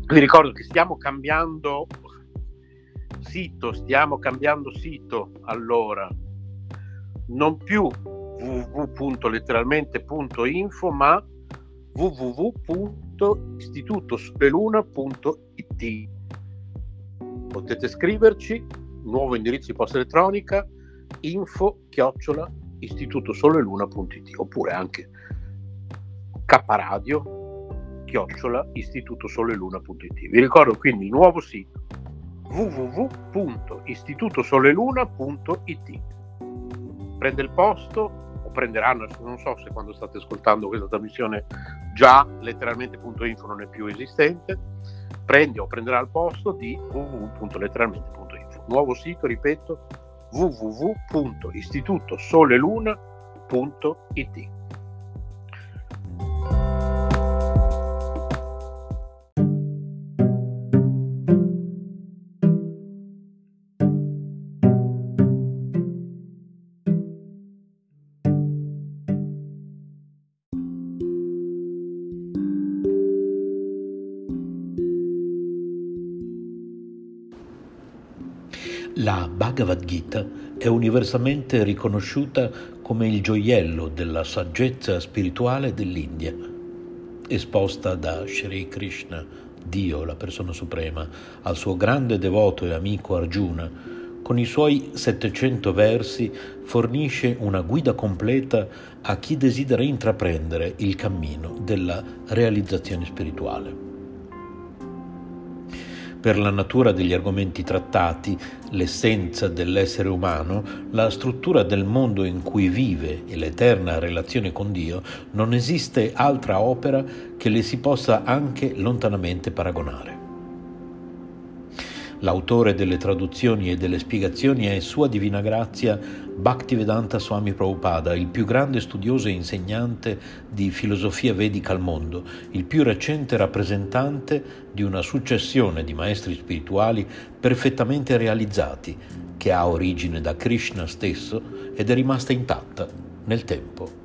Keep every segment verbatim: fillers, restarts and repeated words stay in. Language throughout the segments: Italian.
Vi ricordo che stiamo cambiando sito, stiamo cambiando sito, allora non più w w w punto letteralmente punto info, ma w w w punto istituto sole luna punto i t. Potete scriverci, nuovo indirizzo di posta elettronica, info chiocciola istituto sole luna punto i t, oppure anche kradio chiocciola istituto sole luna punto i t. Vi ricordo quindi il nuovo sito w w w punto istituto sole luna punto i t. Prende il posto, o prenderanno, non so se quando state ascoltando questa trasmissione già letteralmente punto info non è più esistente, prende o prenderà il posto di w w w punto letteralmente punto info. Nuovo sito, ripeto, w w w punto istituto sole luna punto i t. La Bhagavad Gita è universalmente riconosciuta come il gioiello della saggezza spirituale dell'India. Esposta da Shri Krishna, Dio, la persona suprema, al suo grande devoto e amico Arjuna, con i suoi settecento versi fornisce una guida completa a chi desidera intraprendere il cammino della realizzazione spirituale. Per la natura degli argomenti trattati, l'essenza dell'essere umano, la struttura del mondo in cui vive e l'eterna relazione con Dio, non esiste altra opera che le si possa anche lontanamente paragonare. L'autore delle traduzioni e delle spiegazioni è Sua Divina Grazia Bhaktivedanta Swami Prabhupada, il più grande studioso e insegnante di filosofia vedica al mondo, il più recente rappresentante di una successione di maestri spirituali perfettamente realizzati, che ha origine da Krishna stesso ed è rimasta intatta nel tempo.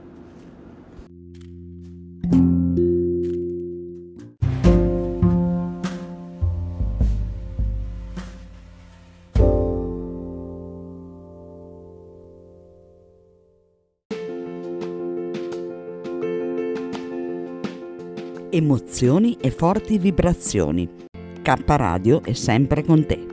Emozioni e forti vibrazioni. K Radio è sempre con te.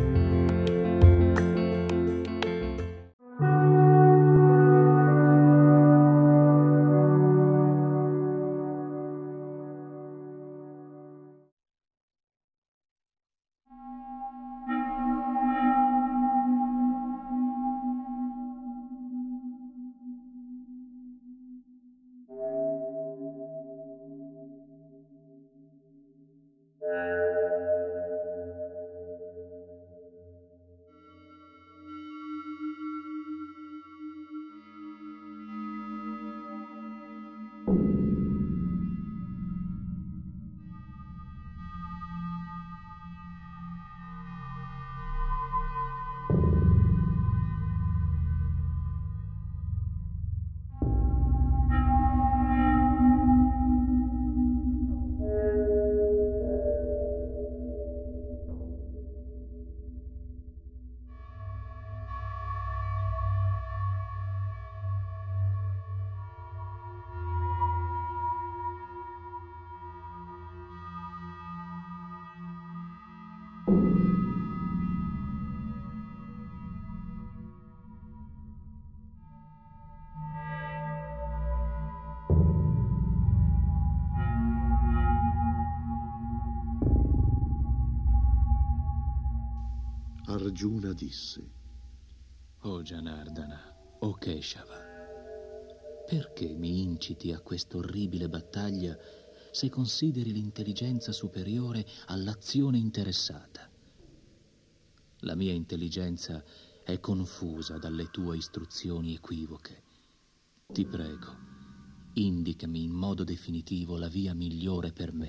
Arjuna disse: O Janardana, o Keshava, perché mi inciti a questa orribile battaglia se consideri l'intelligenza superiore all'azione interessata? La mia intelligenza è confusa dalle tue istruzioni equivoche. Ti prego, indicami in modo definitivo la via migliore per me.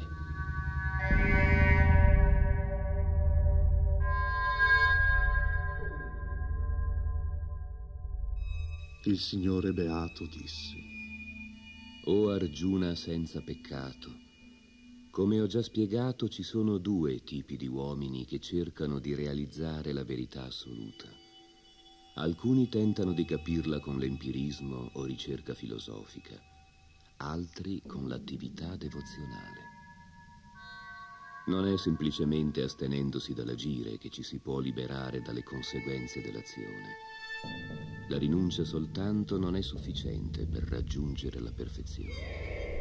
Il Signore Beato disse: O Arjuna senza peccato, Come ho già spiegato, ci sono due tipi di uomini che cercano di realizzare la verità assoluta. Alcuni tentano di capirla con l'empirismo o ricerca filosofica, altri con l'attività devozionale. Non è semplicemente astenendosi dall'agire che ci si può liberare dalle conseguenze dell'azione. La rinuncia soltanto non è sufficiente per raggiungere la perfezione.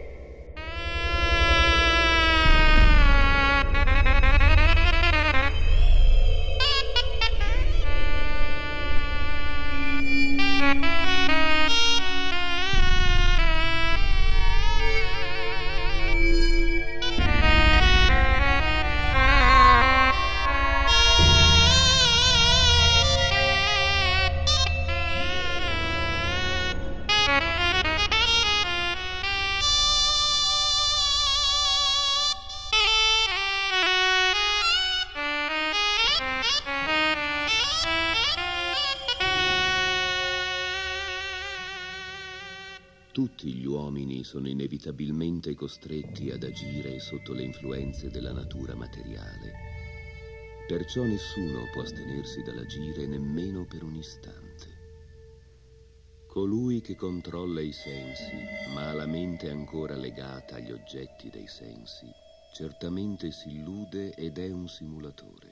Tutti gli uomini sono inevitabilmente costretti ad agire sotto le influenze della natura materiale. Perciò nessuno può astenersi dall'agire nemmeno per un istante. Colui che controlla i sensi, ma ha la mente ancora legata agli oggetti dei sensi, certamente si illude ed è un simulatore.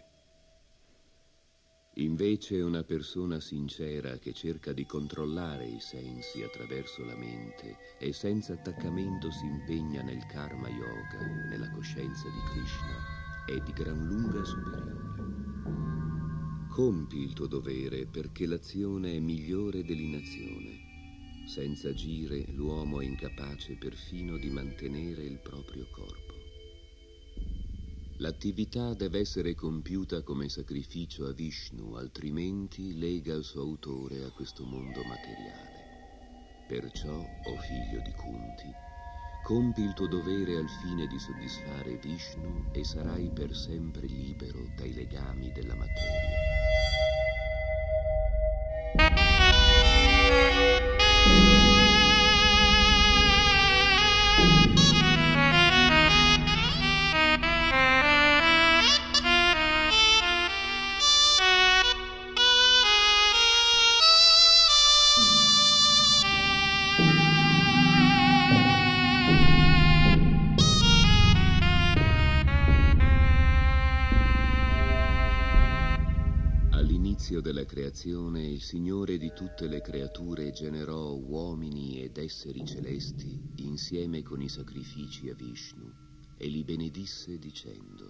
Invece una persona sincera che cerca di controllare i sensi attraverso la mente e senza attaccamento si impegna nel karma yoga, nella coscienza di Krishna, è di gran lunga superiore. Compi il tuo dovere perché l'azione è migliore dell'inazione. Senza agire l'uomo è incapace perfino di mantenere il proprio corpo. L'attività deve essere compiuta come sacrificio a Vishnu, altrimenti lega il suo autore a questo mondo materiale. Perciò, o figlio di Kunti, compi il tuo dovere al fine di soddisfare Vishnu e sarai per sempre libero dai legami della materia. All'inizio della creazione, il Signore di tutte le creature generò uomini ed esseri celesti insieme con i sacrifici a Vishnu e li benedisse dicendo: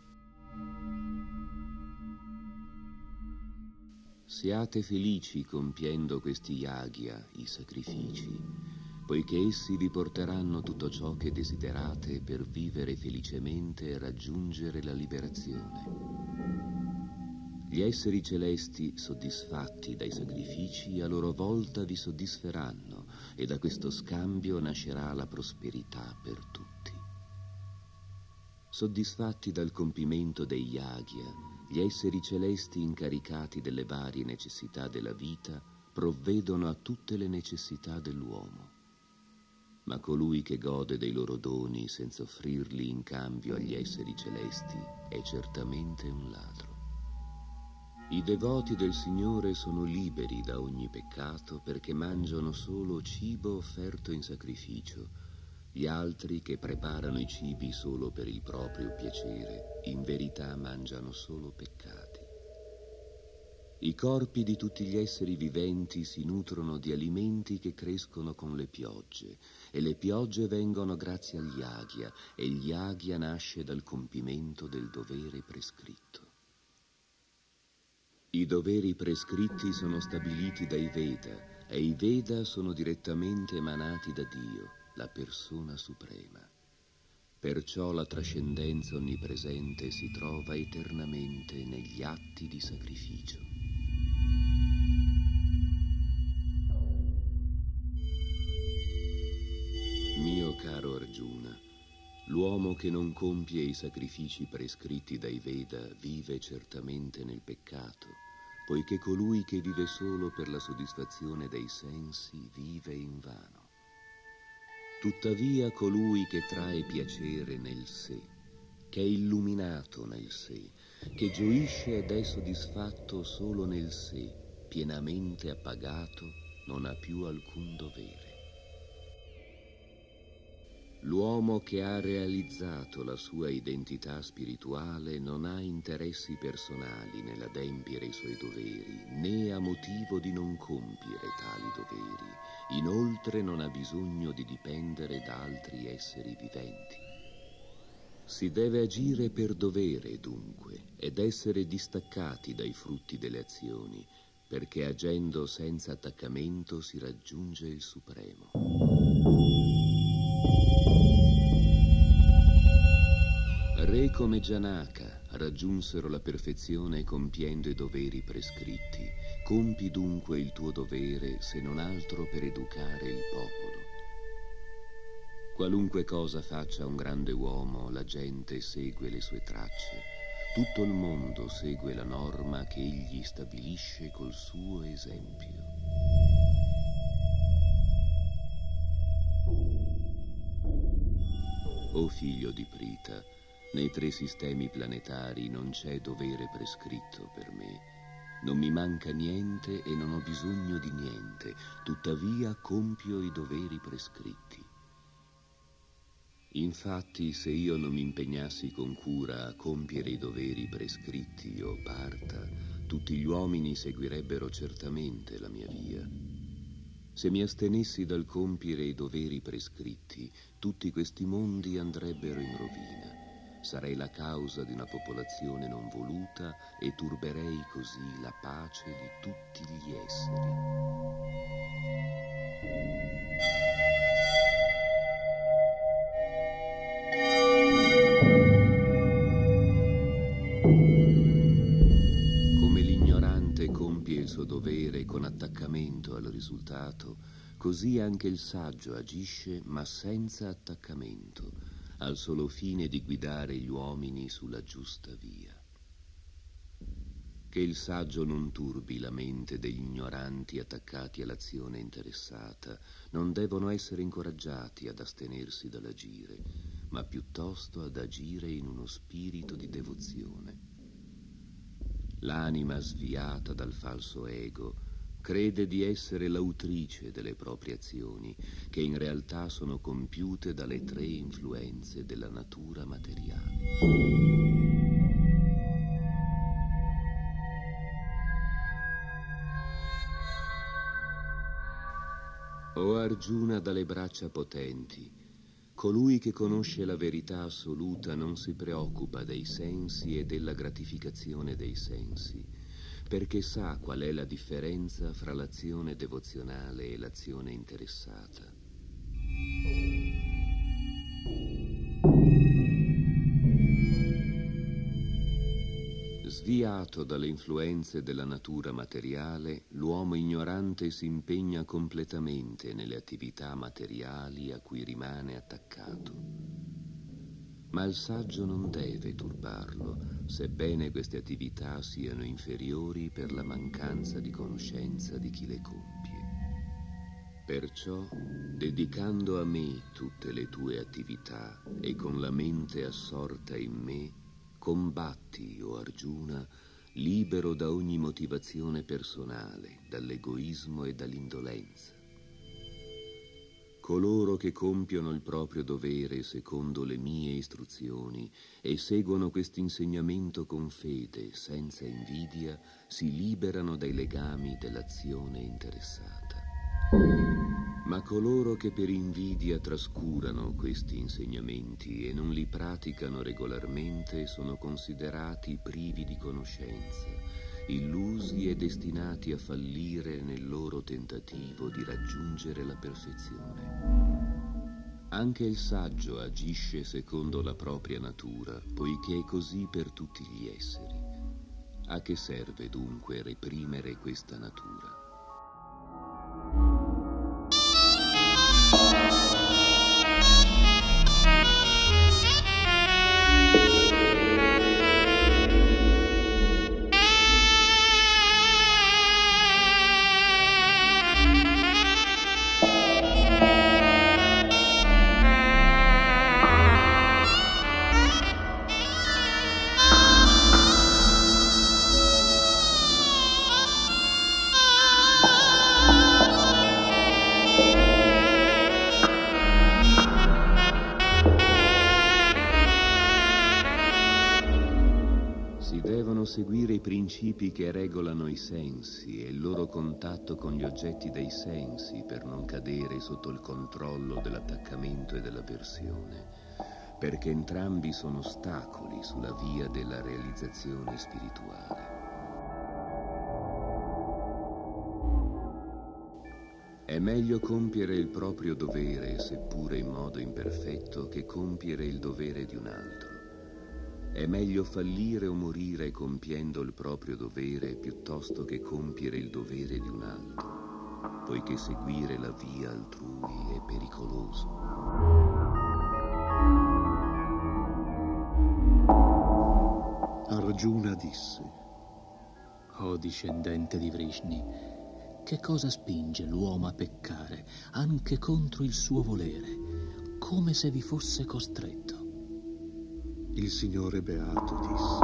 siate felici compiendo questi yagya, i sacrifici, poiché essi vi porteranno tutto ciò che desiderate per vivere felicemente e raggiungere la liberazione. Gli esseri celesti, soddisfatti dai sacrifici, a loro volta vi soddisferanno e da questo scambio nascerà la prosperità per tutti. Soddisfatti dal compimento dei yagya, gli esseri celesti incaricati delle varie necessità della vita provvedono a tutte le necessità dell'uomo. Ma colui che gode dei loro doni senza offrirli in cambio agli esseri celesti è certamente un ladro. I devoti del Signore sono liberi da ogni peccato perché mangiano solo cibo offerto in sacrificio. Gli altri, che preparano i cibi solo per il proprio piacere, in verità mangiano solo peccati. I corpi di tutti gli esseri viventi si nutrono di alimenti che crescono con le piogge, e le piogge vengono grazie agli yagya, e il yagya nasce dal compimento del dovere prescritto. I doveri prescritti sono stabiliti dai Veda e i Veda sono direttamente emanati da Dio, la persona suprema. Perciò la trascendenza onnipresente si trova eternamente negli atti di sacrificio. Mio caro Arjuna, l'uomo che non compie i sacrifici prescritti dai Veda vive certamente nel peccato, poiché colui che vive solo per la soddisfazione dei sensi vive invano. Tuttavia colui che trae piacere nel sé, che è illuminato nel sé, che gioisce ed è soddisfatto solo nel sé, pienamente appagato, non ha più alcun dovere. L'uomo che ha realizzato la sua identità spirituale non ha interessi personali nell'adempiere i suoi doveri, né ha motivo di non compiere tali doveri. Inoltre non ha bisogno di dipendere da altri esseri viventi. Si deve agire per dovere, dunque, ed essere distaccati dai frutti delle azioni, perché agendo senza attaccamento si raggiunge il supremo. Re come Janaka raggiunsero la perfezione compiendo i doveri prescritti. Compi dunque il tuo dovere, se non altro per educare il popolo. Qualunque cosa faccia un grande uomo, la gente segue le sue tracce. Tutto il mondo segue la norma che egli stabilisce col suo esempio. O figlio di Prita, nei tre sistemi planetari non c'è dovere prescritto per me. Non mi manca niente e non ho bisogno di niente, tuttavia compio i doveri prescritti. Infatti, se io non mi impegnassi con cura a compiere i doveri prescritti o parta, tutti gli uomini seguirebbero certamente la mia via. Se mi astenessi dal compiere i doveri prescritti, tutti questi mondi andrebbero in rovina. Sarei la causa di una popolazione non voluta e turberei così la pace di tutti gli esseri. Come l'ignorante compie il suo dovere con attaccamento al risultato, così anche il saggio agisce ma senza attaccamento, al solo fine di guidare gli uomini sulla giusta via. Che il saggio non turbi la mente degli ignoranti attaccati all'azione interessata, non devono essere incoraggiati ad astenersi dall'agire, ma piuttosto ad agire in uno spirito di devozione. L'anima sviata dal falso ego crede di essere l'autrice delle proprie azioni, che in realtà sono compiute dalle tre influenze della natura materiale. O Arjuna dalle braccia potenti, colui che conosce la verità assoluta non si preoccupa dei sensi e della gratificazione dei sensi, perché sa qual è la differenza fra l'azione devozionale e l'azione interessata. Sviato dalle influenze della natura materiale, l'uomo ignorante si impegna completamente nelle attività materiali a cui rimane attaccato. Ma il saggio non deve turbarlo, sebbene queste attività siano inferiori per la mancanza di conoscenza di chi le compie. Perciò, dedicando a me tutte le tue attività e con la mente assorta in me, combatti, o Arjuna, libero da ogni motivazione personale, dall'egoismo e dall'indolenza. Coloro che compiono il proprio dovere secondo le mie istruzioni e seguono quest'insegnamento con fede, senza invidia, si liberano dai legami dell'azione interessata. Ma coloro che per invidia trascurano questi insegnamenti e non li praticano regolarmente sono considerati privi di conoscenza, illusi e destinati a fallire nel loro tentativo di raggiungere la perfezione. Anche il saggio agisce secondo la propria natura, poiché è così per tutti gli esseri. A che serve dunque reprimere questa natura? principi che regolano i sensi e il loro contatto con gli oggetti dei sensi per non cadere sotto il controllo dell'attaccamento e dell'avversione, perché entrambi sono ostacoli sulla via della realizzazione spirituale. È meglio compiere il proprio dovere, seppure in modo imperfetto, che compiere il dovere di un altro. È meglio fallire o morire compiendo il proprio dovere piuttosto che compiere il dovere di un altro, poiché seguire la via altrui è pericoloso. Arjuna disse: O discendente di Vrishni, che cosa spinge l'uomo a peccare anche contro il suo volere, come se vi fosse costretto? Il Signore Beato disse: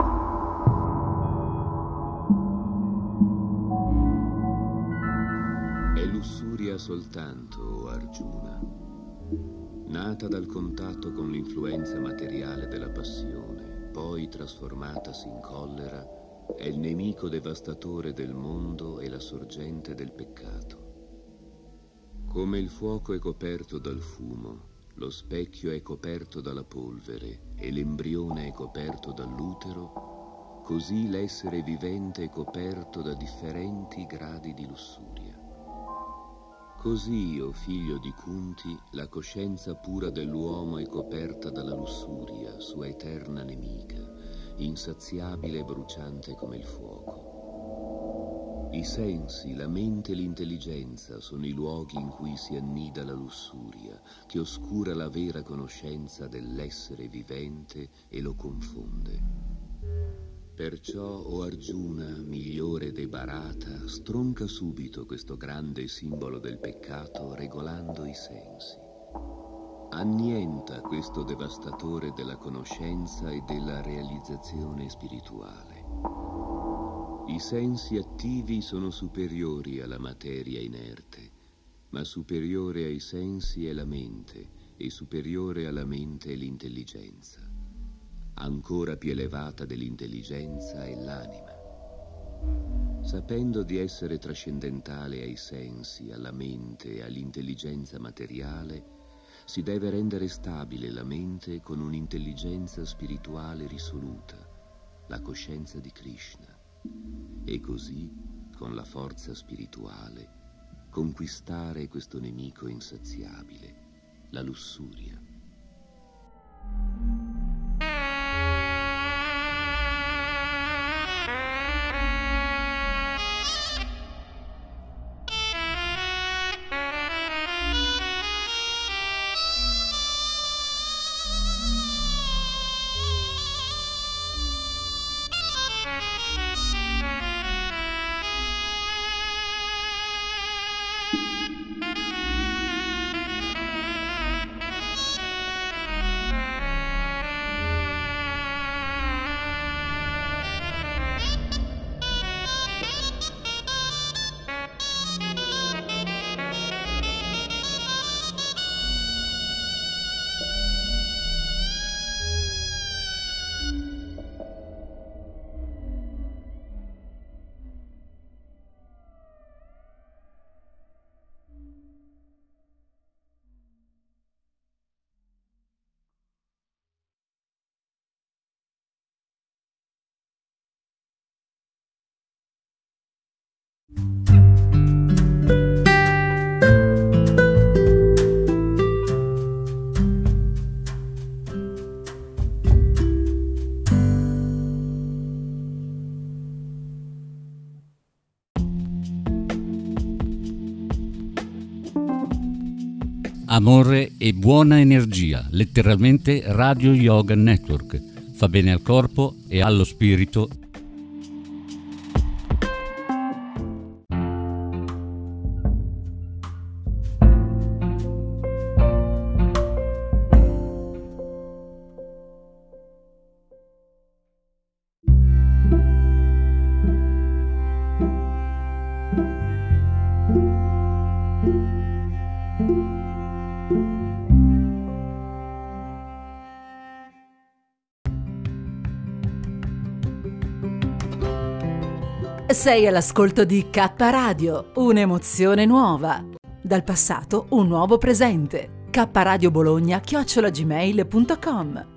È lussuria soltanto, o Arjuna, nata dal contatto con l'influenza materiale della passione, poi trasformatasi in collera, è il nemico devastatore del mondo e la sorgente del peccato. Come il fuoco è coperto dal fumo, lo specchio è coperto dalla polvere e l'embrione è coperto dall'utero, così l'essere vivente è coperto da differenti gradi di lussuria. Così, o figlio di Kunti, la coscienza pura dell'uomo è coperta dalla lussuria, sua eterna nemica, insaziabile e bruciante come il fuoco. I sensi, la mente e l'intelligenza sono i luoghi in cui si annida la lussuria, che oscura la vera conoscenza dell'essere vivente e lo confonde. Perciò, o Arjuna, migliore dei Bharata, stronca subito questo grande simbolo del peccato regolando i sensi. Annienta questo devastatore della conoscenza e della realizzazione spirituale. I sensi attivi sono superiori alla materia inerte, ma superiore ai sensi è la mente, e superiore alla mente è l'intelligenza. Ancora più elevata dell'intelligenza è l'anima. Sapendo di essere trascendentale ai sensi, alla mente e all'intelligenza materiale, si deve rendere stabile la mente con un'intelligenza spirituale risoluta, la coscienza di Krishna, e così, con la forza spirituale, conquistare questo nemico insaziabile, la lussuria. Amore e buona energia, letteralmente Radio Yoga Network. Fa bene al corpo e allo spirito. Sei all'ascolto di K Radio, un'emozione nuova. Dal passato un nuovo presente. K Radio Bologna chiocciola gmail punto com